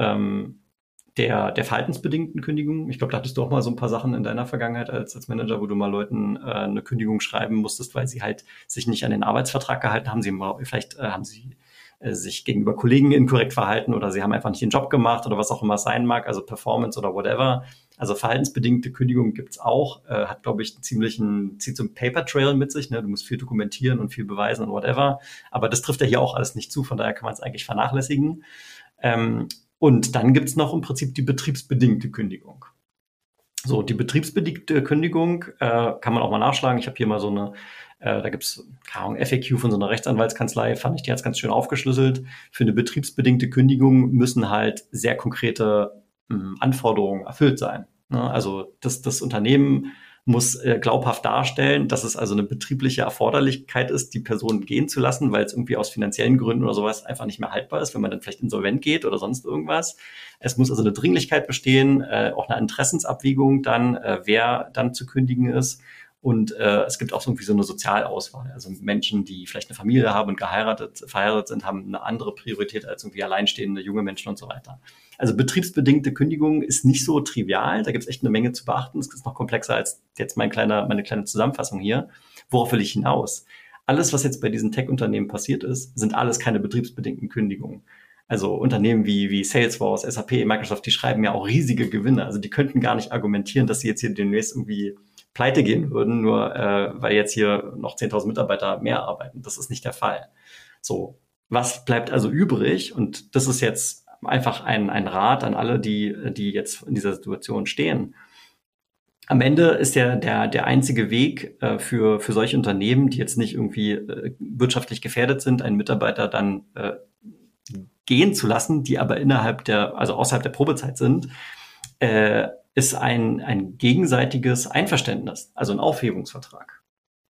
der verhaltensbedingten Kündigung. Ich glaube, da hattest du auch mal so ein paar Sachen in deiner Vergangenheit als Manager, wo du mal Leuten eine Kündigung schreiben musstest, weil sie halt sich nicht an den Arbeitsvertrag gehalten haben. Haben sie sich gegenüber Kollegen inkorrekt verhalten oder sie haben einfach nicht den Job gemacht oder was auch immer es sein mag, also Performance oder whatever. Also verhaltensbedingte Kündigung gibt's auch, hat, glaube ich, zieht so ein Paper Trail mit sich, ne? Du musst viel dokumentieren und viel beweisen und whatever. Aber das trifft ja hier auch alles nicht zu, von daher kann man es eigentlich vernachlässigen. Und dann gibt's noch im Prinzip die betriebsbedingte Kündigung. So, die betriebsbedingte Kündigung kann man auch mal nachschlagen. Ich habe hier mal so eine da gibt's FAQ von so einer Rechtsanwaltskanzlei, fand ich die jetzt ganz schön aufgeschlüsselt. Für eine betriebsbedingte Kündigung müssen halt sehr konkrete Anforderungen erfüllt sein. Ne? Also das Unternehmen muss glaubhaft darstellen, dass es also eine betriebliche Erforderlichkeit ist, die Person gehen zu lassen, weil es irgendwie aus finanziellen Gründen oder sowas einfach nicht mehr haltbar ist, wenn man dann vielleicht insolvent geht oder sonst irgendwas. Es muss also eine Dringlichkeit bestehen, auch eine Interessensabwägung dann, wer dann zu kündigen ist. Und es gibt auch irgendwie so eine Sozialauswahl. Also Menschen, die vielleicht eine Familie haben und verheiratet sind, haben eine andere Priorität als irgendwie alleinstehende junge Menschen und so weiter. Also betriebsbedingte Kündigung ist nicht so trivial. Da gibt es echt eine Menge zu beachten. Es ist noch komplexer als jetzt meine kleine Zusammenfassung hier. Worauf will ich hinaus? Alles, was jetzt bei diesen Tech-Unternehmen passiert ist, sind alles keine betriebsbedingten Kündigungen. Also Unternehmen wie Salesforce, SAP, Microsoft, die schreiben ja auch riesige Gewinne. Also die könnten gar nicht argumentieren, dass sie jetzt hier demnächst irgendwie pleite gehen würden, nur weil jetzt hier noch 10.000 Mitarbeiter mehr arbeiten. Das ist nicht der Fall. So, was bleibt also übrig? Und das ist jetzt einfach ein Rat an alle, die jetzt in dieser Situation stehen. Am Ende ist der einzige Weg für solche Unternehmen, die jetzt nicht irgendwie wirtschaftlich gefährdet sind, einen Mitarbeiter dann gehen zu lassen, die aber außerhalb der Probezeit sind, ist ein gegenseitiges Einverständnis, also ein Aufhebungsvertrag.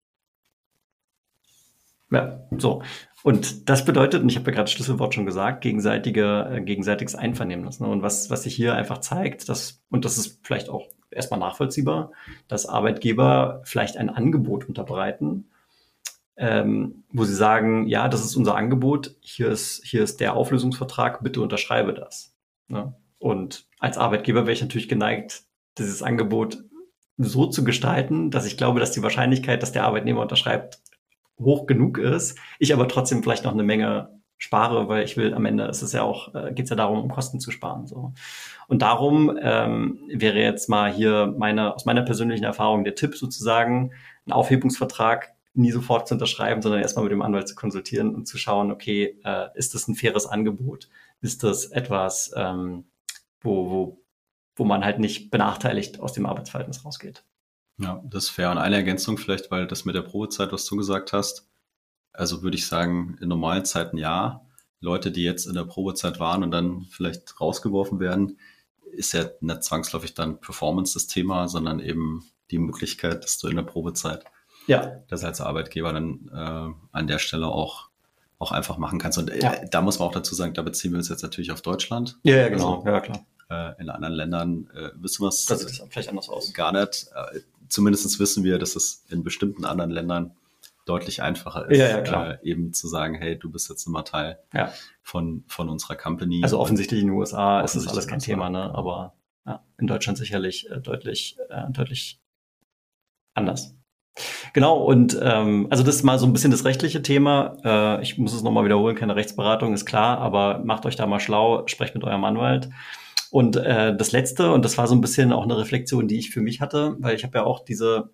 Ja, so. Und das bedeutet, und ich habe ja gerade das Schlüsselwort schon gesagt, gegenseitiges Einvernehmen. Ne? Und was sich hier einfach zeigt, und das ist vielleicht auch erstmal nachvollziehbar, dass Arbeitgeber vielleicht ein Angebot unterbreiten, wo sie sagen, ja, das ist unser Angebot, hier ist der Auflösungsvertrag, bitte unterschreibe das. Ne? Und als Arbeitgeber wäre ich natürlich geneigt, dieses Angebot so zu gestalten, dass ich glaube, dass die Wahrscheinlichkeit, dass der Arbeitnehmer unterschreibt, hoch genug ist, ich aber trotzdem vielleicht noch eine Menge spare, weil ich will am Ende, es ist ja auch, geht es ja darum, um Kosten zu sparen. So. Und darum wäre jetzt mal hier aus meiner persönlichen Erfahrung der Tipp sozusagen, einen Aufhebungsvertrag nie sofort zu unterschreiben, sondern erstmal mit dem Anwalt zu konsultieren und zu schauen, okay, ist das ein faires Angebot? Ist das etwas, wo man halt nicht benachteiligt aus dem Arbeitsverhältnis rausgeht? Ja, das ist fair. Und eine Ergänzung vielleicht, weil das mit der Probezeit, was du gesagt hast, also würde ich sagen, in normalen Zeiten ja. Leute, die jetzt in der Probezeit waren und dann vielleicht rausgeworfen werden, ist ja nicht zwangsläufig dann Performance das Thema, sondern eben die Möglichkeit, dass du in der Probezeit das als Arbeitgeber dann an der Stelle auch einfach machen kannst. Und da muss man auch dazu sagen, da beziehen wir uns jetzt natürlich auf Deutschland. Ja, genau. Also, ja, klar. In anderen Ländern wissen wir es das sieht vielleicht anders aus. Gar nicht. Zumindest wissen wir, dass es in bestimmten anderen Ländern deutlich einfacher ist, eben zu sagen, hey, du bist jetzt immer Teil von unserer Company. Also offensichtlich in den USA ist das alles kein Thema, ne? Aber in Deutschland sicherlich deutlich anders. Genau, und also das ist mal so ein bisschen das rechtliche Thema. Ich muss es nochmal wiederholen, keine Rechtsberatung, ist klar, aber macht euch da mal schlau, sprecht mit eurem Anwalt. Und das Letzte, und das war so ein bisschen auch eine Reflexion, die ich für mich hatte, weil ich habe ja auch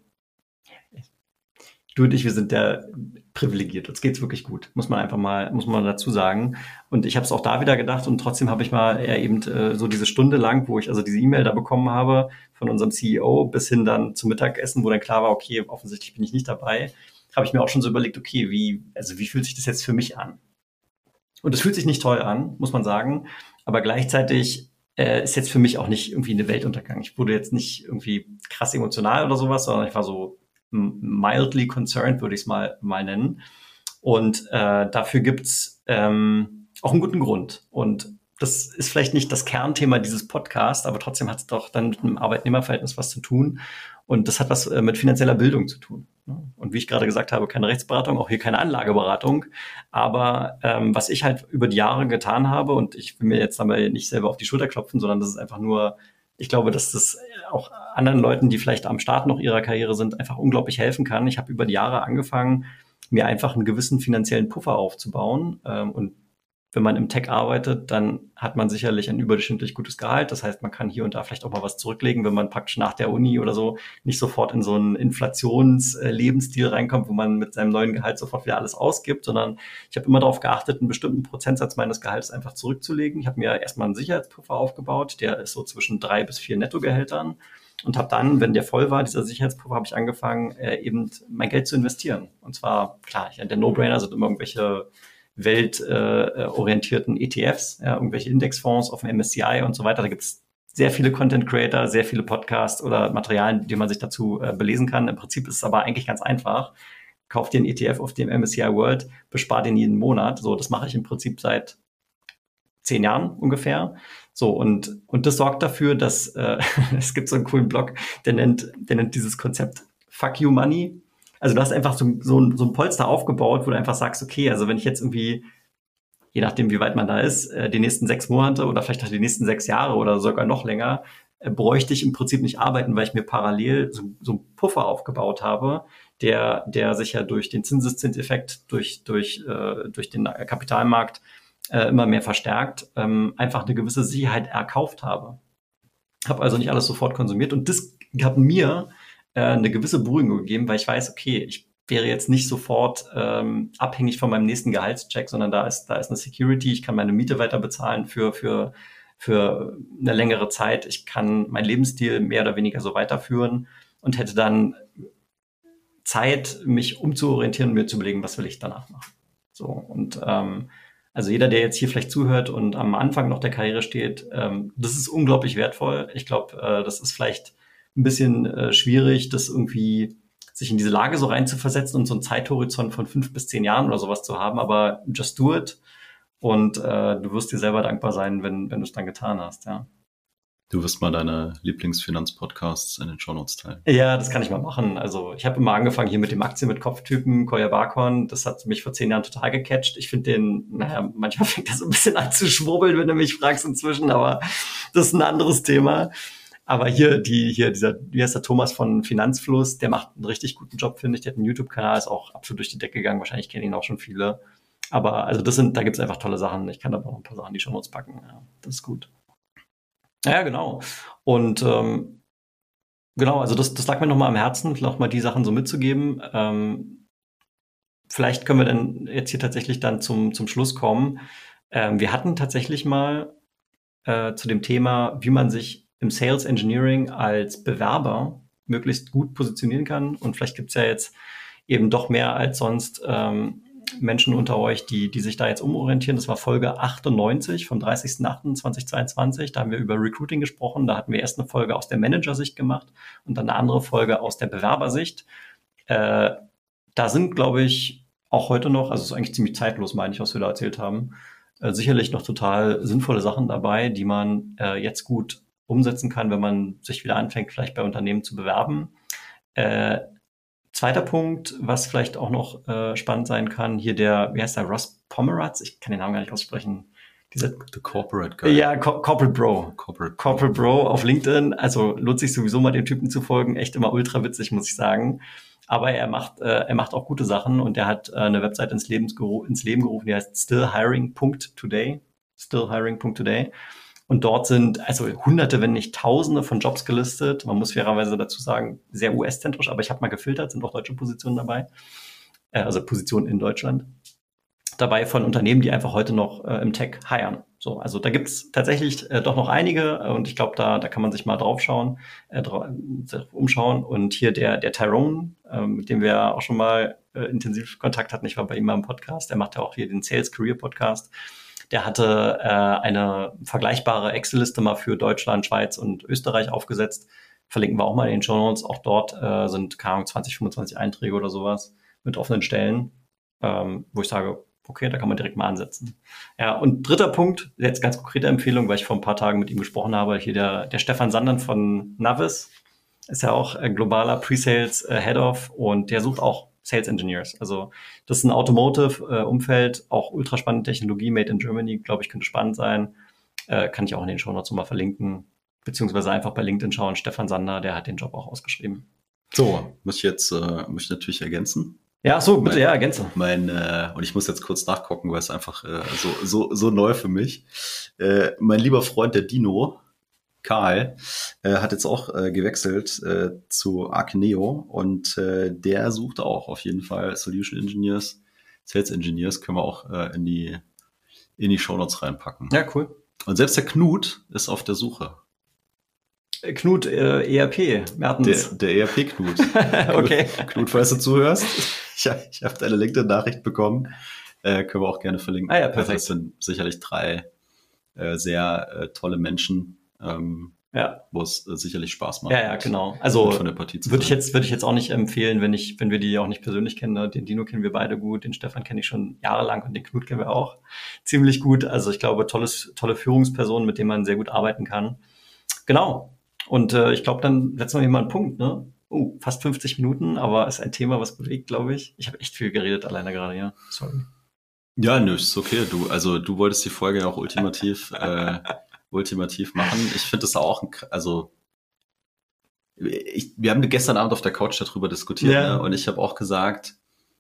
du und ich, wir sind ja privilegiert. Uns geht's wirklich gut, muss man dazu sagen. Und ich habe es auch da wieder gedacht und trotzdem habe ich mal eben so diese Stunde lang, wo ich also diese E-Mail da bekommen habe von unserem CEO bis hin dann zum Mittagessen, wo dann klar war, okay, offensichtlich bin ich nicht dabei, habe ich mir auch schon so überlegt, okay, wie fühlt sich das jetzt für mich an? Und es fühlt sich nicht toll an, muss man sagen, aber gleichzeitig ist jetzt für mich auch nicht irgendwie eine Weltuntergang. Ich wurde jetzt nicht irgendwie krass emotional oder sowas, sondern ich war so mildly concerned, würde ich es mal nennen. Und dafür gibt's auch einen guten Grund. Und das ist vielleicht nicht das Kernthema dieses Podcasts, aber trotzdem hat es doch dann mit einem Arbeitnehmerverhältnis was zu tun. Und das hat was mit finanzieller Bildung zu tun. Und wie ich gerade gesagt habe, keine Rechtsberatung, auch hier keine Anlageberatung. Aber was ich halt über die Jahre getan habe, und ich will mir jetzt dabei nicht selber auf die Schulter klopfen, sondern das ist einfach nur, ich glaube, dass das auch anderen Leuten, die vielleicht am Start noch ihrer Karriere sind, einfach unglaublich helfen kann. Ich habe über die Jahre angefangen, mir einfach einen gewissen finanziellen Puffer aufzubauen. Und wenn man im Tech arbeitet, dann hat man sicherlich ein überdurchschnittlich gutes Gehalt. Das heißt, man kann hier und da vielleicht auch mal was zurücklegen, wenn man praktisch nach der Uni oder so nicht sofort in so einen Inflationslebensstil reinkommt, wo man mit seinem neuen Gehalt sofort wieder alles ausgibt, sondern ich habe immer darauf geachtet, einen bestimmten Prozentsatz meines Gehalts einfach zurückzulegen. Ich habe mir erstmal einen Sicherheitspuffer aufgebaut, der ist so zwischen 3 bis 4 Nettogehältern und habe dann, wenn der voll war, dieser Sicherheitspuffer, habe ich angefangen, eben mein Geld zu investieren. Und zwar, klar, der No-Brainer sind immer irgendwelche weltorientierten ETFs, irgendwelche Indexfonds auf dem MSCI und so weiter. Da gibt es sehr viele Content Creator, sehr viele Podcasts oder Materialien, die man sich dazu belesen kann. Im Prinzip ist es aber eigentlich ganz einfach. Kauft dir einen ETF auf dem MSCI World, bespart den jeden Monat. So, das mache ich im Prinzip seit 10 Jahren ungefähr. So, und das sorgt dafür, dass es gibt so einen coolen Blog, der nennt dieses Konzept Fuck You Money. Also du hast einfach so ein Polster aufgebaut, wo du einfach sagst, okay, also wenn ich jetzt irgendwie, je nachdem wie weit man da ist, die nächsten 6 Monate oder vielleicht auch die nächsten 6 Jahre oder sogar noch länger bräuchte ich im Prinzip nicht arbeiten, weil ich mir parallel so einen Puffer aufgebaut habe, der sich ja durch den Zinseszinseffekt, durch den Kapitalmarkt immer mehr verstärkt, einfach eine gewisse Sicherheit erkauft habe. Habe also nicht alles sofort konsumiert und das hat mir eine gewisse Beruhigung gegeben, weil ich weiß, okay, ich wäre jetzt nicht sofort abhängig von meinem nächsten Gehaltscheck, sondern da ist eine Security, ich kann meine Miete weiter bezahlen für eine längere Zeit, ich kann meinen Lebensstil mehr oder weniger so weiterführen und hätte dann Zeit, mich umzuorientieren und mir zu überlegen, was will ich danach machen. So, und also jeder, der jetzt hier vielleicht zuhört und am Anfang noch der Karriere steht, das ist unglaublich wertvoll. Ich glaube, das ist vielleicht ein bisschen schwierig, das irgendwie sich in diese Lage so reinzuversetzen und so einen Zeithorizont von 5 bis 10 Jahren oder sowas zu haben, aber just do it und du wirst dir selber dankbar sein, wenn du es dann getan hast, ja. Du wirst mal deine Lieblingsfinanzpodcasts in den Shownotes teilen. Ja, das kann ich mal machen. Also ich habe immer angefangen hier mit dem Aktien mit Kopftypen, Koya Barkon. Das hat mich vor 10 Jahren total gecatcht. Ich finde manchmal fängt das so ein bisschen an zu schwurbeln, wenn du mich fragst inzwischen, aber das ist ein anderes Thema. Aber wie heißt der Thomas von Finanzfluss, der macht einen richtig guten Job, finde ich. Der hat einen YouTube-Kanal, ist auch absolut durch die Decke gegangen. Wahrscheinlich kennen ihn auch schon viele. Aber also da gibt's einfach tolle Sachen. Ich kann da noch ein paar Sachen in die Shownotes packen. Ja, das ist gut. Ja, genau. Und genau, also das lag mir nochmal am Herzen, nochmal die Sachen so mitzugeben. Vielleicht können wir dann jetzt hier tatsächlich dann zum Schluss kommen. Wir hatten tatsächlich mal zu dem Thema, wie man sich im Sales Engineering als Bewerber möglichst gut positionieren kann. Und vielleicht gibt's ja jetzt eben doch mehr als sonst Menschen unter euch, die sich da jetzt umorientieren. Das war Folge 98 vom 30.08.2022. Da haben wir über Recruiting gesprochen. Da hatten wir erst eine Folge aus der Managersicht gemacht und dann eine andere Folge aus der Bewerbersicht. Da sind, glaube ich, auch heute noch, also es ist eigentlich ziemlich zeitlos, meine ich, was wir da erzählt haben, sicherlich noch total sinnvolle Sachen dabei, die man jetzt gut umsetzen kann, wenn man sich wieder anfängt, vielleicht bei Unternehmen zu bewerben. Zweiter Punkt, was vielleicht auch noch spannend sein kann, hier wie heißt der, Ross Pomeratz? Ich kann den Namen gar nicht aussprechen. The Corporate Guy. Ja, Corporate Bro. Corporate Bro auf LinkedIn. Also lohnt sich sowieso mal dem Typen zu folgen. Echt immer ultra witzig, muss ich sagen. Aber er macht auch gute Sachen und er hat eine Website ins Leben gerufen, die heißt stillhiring.today. Stillhiring.today. Und dort sind also Hunderte, wenn nicht Tausende von Jobs gelistet. Man muss fairerweise dazu sagen, sehr US-zentrisch, aber ich habe mal gefiltert, sind auch deutsche Positionen dabei. Also Positionen in Deutschland. Dabei von Unternehmen, die einfach heute noch im Tech hiren. So, also da gibt's tatsächlich doch noch einige und ich glaube, da kann man sich mal umschauen. Und hier der Tyrone, mit dem wir auch schon mal intensiv Kontakt hatten, ich war bei ihm mal im Podcast, der macht ja auch hier den Sales Career Podcast. Der hatte eine vergleichbare Excel-Liste mal für Deutschland, Schweiz und Österreich aufgesetzt. Verlinken wir auch mal in den Shownotes. Auch dort sind 20, 25 Einträge oder sowas mit offenen Stellen, wo ich sage, okay, da kann man direkt mal ansetzen. Ja, und dritter Punkt, jetzt ganz konkrete Empfehlung, weil ich vor ein paar Tagen mit ihm gesprochen habe, hier der Stefan Sandern von Navis, ist ja auch globaler Pre-Sales Head of und der sucht auch Sales Engineers. Also das ist ein Automotive-Umfeld, auch ultra spannende Technologie, made in Germany, glaube ich, könnte spannend sein. Kann ich auch in den Shownotes mal verlinken, beziehungsweise einfach bei LinkedIn schauen. Stefan Sander, der hat den Job auch ausgeschrieben. So, muss ich natürlich ergänzen. Ja, so, bitte, ergänze. Und ich muss jetzt kurz nachgucken, weil es einfach so neu für mich. Mein lieber Freund, der Dino, Karl, hat jetzt auch gewechselt zu Arcneo und der sucht auch auf jeden Fall Solution Engineers, Sales Engineers, können wir auch in die Shownotes reinpacken. Ja, cool. Und selbst der Knut ist auf der Suche. Knut, ERP, Mertens. Der ERP-Knut. Okay. Knut, falls du zuhörst, ich habe deine LinkedIn-Nachricht bekommen. Können wir auch gerne verlinken. Ah ja, perfekt. Also das sind sicherlich 3 sehr tolle Menschen, wo es sicherlich Spaß macht. Ja, genau. Also von der Partie zu würde ich jetzt auch nicht empfehlen, wenn wir die auch nicht persönlich kennen. Ne? Den Dino kennen wir beide gut, den Stefan kenne ich schon jahrelang und den Knut kennen wir auch ziemlich gut. Also ich glaube, tolle Führungspersonen, mit denen man sehr gut arbeiten kann. Genau. Und ich glaube, dann setzen wir hier mal einen Punkt, ne? Fast 50 Minuten, aber ist ein Thema, was bewegt, glaube ich. Ich habe echt viel geredet alleine gerade, ja. Sorry. Ja, nö, ist okay. Du wolltest die Folge ja auch ultimativ ultimativ machen. Ich finde es auch, wir haben gestern Abend auf der Couch darüber diskutiert, Ja. ne? Und ich habe auch gesagt,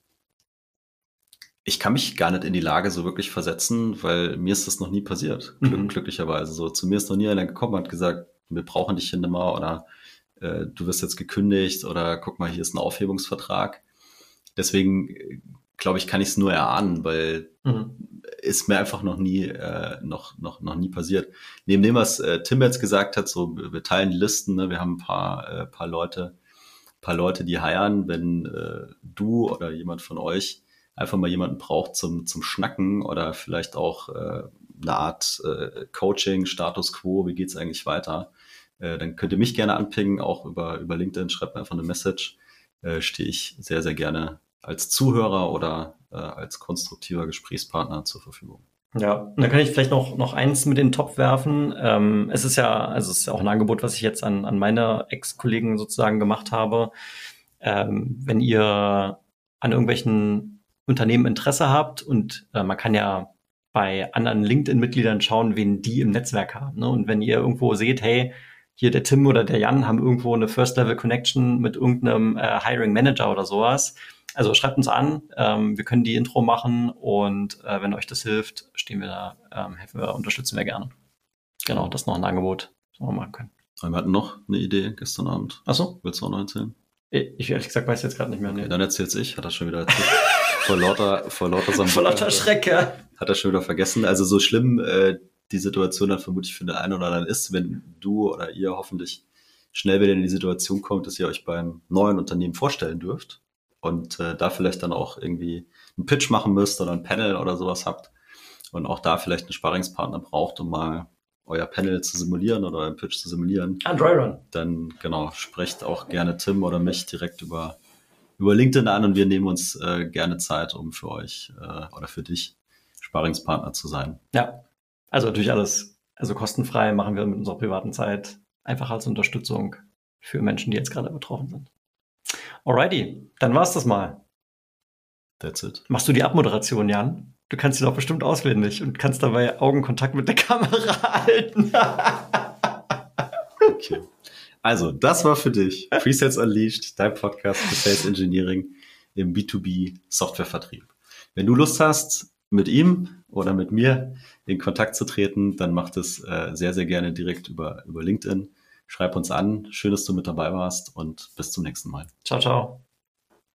ich kann mich gar nicht in die Lage so wirklich versetzen, weil mir ist das noch nie passiert, glücklicherweise. So, zu mir ist noch nie einer gekommen und hat gesagt, wir brauchen dich hier nicht mehr oder du wirst jetzt gekündigt oder guck mal, hier ist ein Aufhebungsvertrag. Deswegen glaube ich, kann ich es nur erahnen, weil ist mir einfach noch nie noch nie passiert. Neben dem, was Tim jetzt gesagt hat, so wir teilen die Listen, ne? Wir haben ein paar Leute, die heiern, wenn du oder jemand von euch einfach mal jemanden braucht zum Schnacken oder vielleicht auch eine Art Coaching, Status Quo, wie geht's eigentlich weiter, dann könnt ihr mich gerne anpingen, auch über LinkedIn, schreibt mir einfach eine Message. Stehe ich sehr, sehr gerne als Zuhörer oder als konstruktiver Gesprächspartner zur Verfügung. Ja, und dann kann ich vielleicht noch eins mit in den Topf werfen. Es ist ja auch ein Angebot, was ich jetzt an meine Ex-Kollegen sozusagen gemacht habe. Wenn ihr an irgendwelchen Unternehmen Interesse habt und man kann ja bei anderen LinkedIn-Mitgliedern schauen, wen die im Netzwerk haben. Ne? Und wenn ihr irgendwo seht, hey, hier der Tim oder der Jan haben irgendwo eine First-Level-Connection mit irgendeinem Hiring-Manager oder sowas, also schreibt uns an, wir können die Intro machen und wenn euch das hilft, stehen wir da, helfen wir, unterstützen wir gerne. Genau, das ist noch ein Angebot, das wir machen können. Wir hatten noch eine Idee gestern Abend. Ach so? Willst du auch noch erzählen? Ich ehrlich gesagt weiß jetzt gerade nicht mehr. Okay, dann erzähl's ich. Hat er schon wieder erzählt. vor lauter Vor lauter Schrecke. Hat er schon wieder vergessen. Also so schlimm die Situation dann vermutlich für den einen oder anderen ist, wenn du oder ihr hoffentlich schnell wieder in die Situation kommt, dass ihr euch beim neuen Unternehmen vorstellen dürft und da vielleicht dann auch irgendwie einen Pitch machen müsst oder ein Panel oder sowas habt und auch da vielleicht einen Sparringspartner braucht, um mal euer Panel zu simulieren oder euren Pitch zu simulieren. Dry-Run. Dann genau, sprecht auch gerne Tim oder mich direkt über LinkedIn an und wir nehmen uns gerne Zeit, um für euch oder für dich Sparringspartner zu sein. Ja, also natürlich alles, also kostenfrei machen wir mit unserer privaten Zeit, einfach als Unterstützung für Menschen, die jetzt gerade betroffen sind. Alrighty, dann war's das mal. That's it. Machst du die Abmoderation, Jan? Du kannst sie doch bestimmt auswendig und kannst dabei Augenkontakt mit der Kamera halten. Okay. Also, das war für dich Presets Unleashed, dein Podcast für Sales Engineering im B2B Softwarevertrieb. Wenn du Lust hast, mit ihm oder mit mir in Kontakt zu treten, dann mach das sehr, sehr gerne direkt über LinkedIn. Schreib uns an. Schön, dass du mit dabei warst und bis zum nächsten Mal. Ciao, ciao.